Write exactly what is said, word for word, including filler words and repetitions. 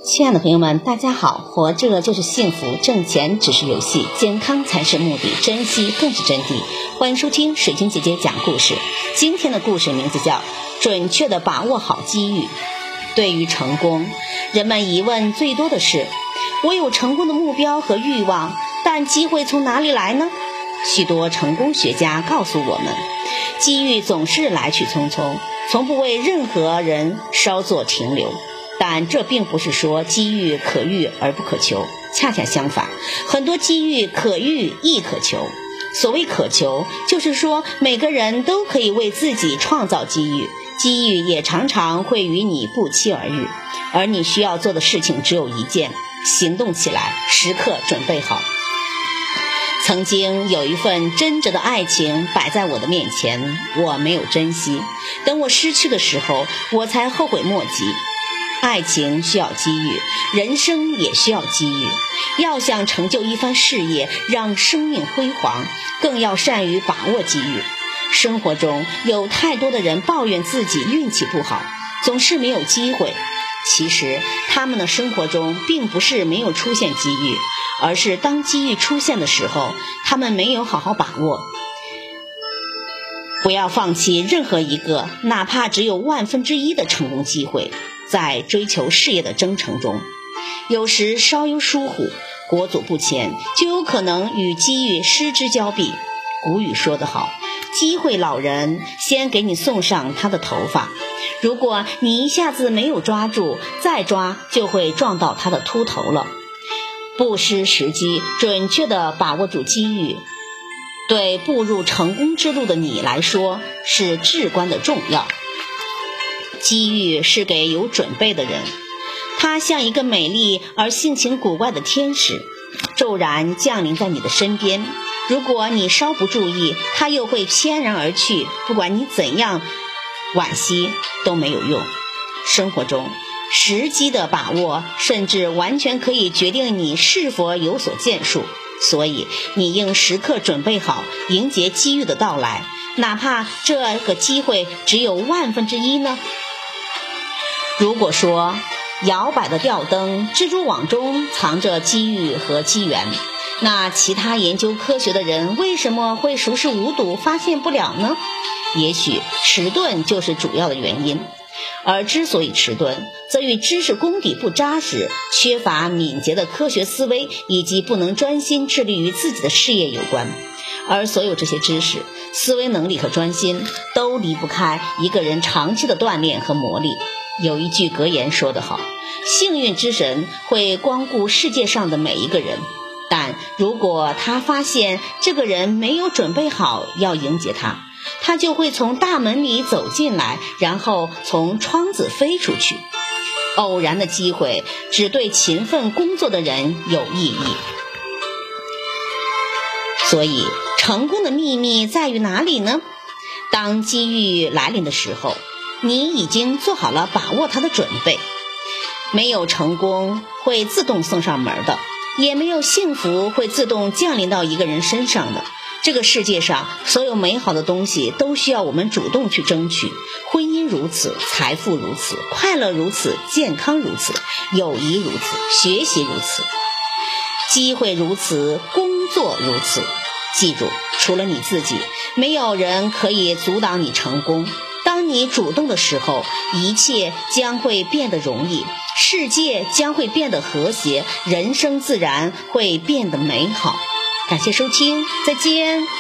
亲爱的朋友们，大家好！活着就是幸福，挣钱只是游戏，健康才是目的，珍惜更是真谛。欢迎收听水晶姐姐讲故事。今天的故事名字叫准确地把握好机遇。对于成功，人们疑问最多的是，我有成功的目标和欲望，但机会从哪里来呢？许多成功学家告诉我们，机遇总是来去匆匆，从不为任何人稍作停留。但这并不是说机遇可遇而不可求，恰恰相反，很多机遇可遇亦可求。所谓可求，就是说每个人都可以为自己创造机遇，机遇也常常会与你不期而遇，而你需要做的事情只有一件：行动起来，时刻准备好。曾经有一份真挚的爱情摆在我的面前，我没有珍惜，等我失去的时候，我才后悔莫及。爱情需要机遇，人生也需要机遇。要想成就一番事业，让生命辉煌，更要善于把握机遇。生活中有太多的人抱怨自己运气不好，总是没有机会。其实他们的生活中并不是没有出现机遇，而是当机遇出现的时候，他们没有好好把握。不要放弃任何一个哪怕只有万分之一的成功机会。在追求事业的征程中，有时稍有疏忽，国足不前，就有可能与机遇失之交臂。古语说得好，机会老人先给你送上他的头发，如果你一下子没有抓住，再抓就会撞到他的秃头了。不失时机，准确地把握住机遇，对步入成功之路的你来说是至关的重要。机遇是给有准备的人，它像一个美丽而性情古怪的天使，骤然降临在你的身边。如果你稍不注意，它又会翩然而去，不管你怎样惋惜都没有用。生活中时机的把握，甚至完全可以决定你是否有所建树，所以你应时刻准备好迎接机遇的到来，哪怕这个机会只有万分之一呢。如果说摇摆的吊灯蜘蛛网中藏着机遇和机缘，那其他研究科学的人为什么会熟视无睹，发现不了呢？也许迟钝就是主要的原因，而之所以迟钝，则与知识功底不扎实，缺乏敏捷的科学思维，以及不能专心致力于自己的事业有关。而所有这些知识、思维能力和专心，都离不开一个人长期的锻炼和磨砺。有一句格言说得好，幸运之神会光顾世界上的每一个人，但如果他发现这个人没有准备好要迎接他，他就会从大门里走进来，然后从窗子飞出去。偶然的机会只对勤奋工作的人有意义。所以成功的秘密在于哪里呢？当机遇来临的时候，你已经做好了把握它的准备。没有成功会自动送上门的，也没有幸福会自动降临到一个人身上的。这个世界上所有美好的东西都需要我们主动去争取，婚姻如此，财富如此，快乐如此，健康如此，友谊如此，学习如此，机会如此，工作如此。记住，除了你自己，没有人可以阻挡你成功。当你主动的时候，一切将会变得容易，世界将会变得和谐，人生自然会变得美好。感谢收听，再见。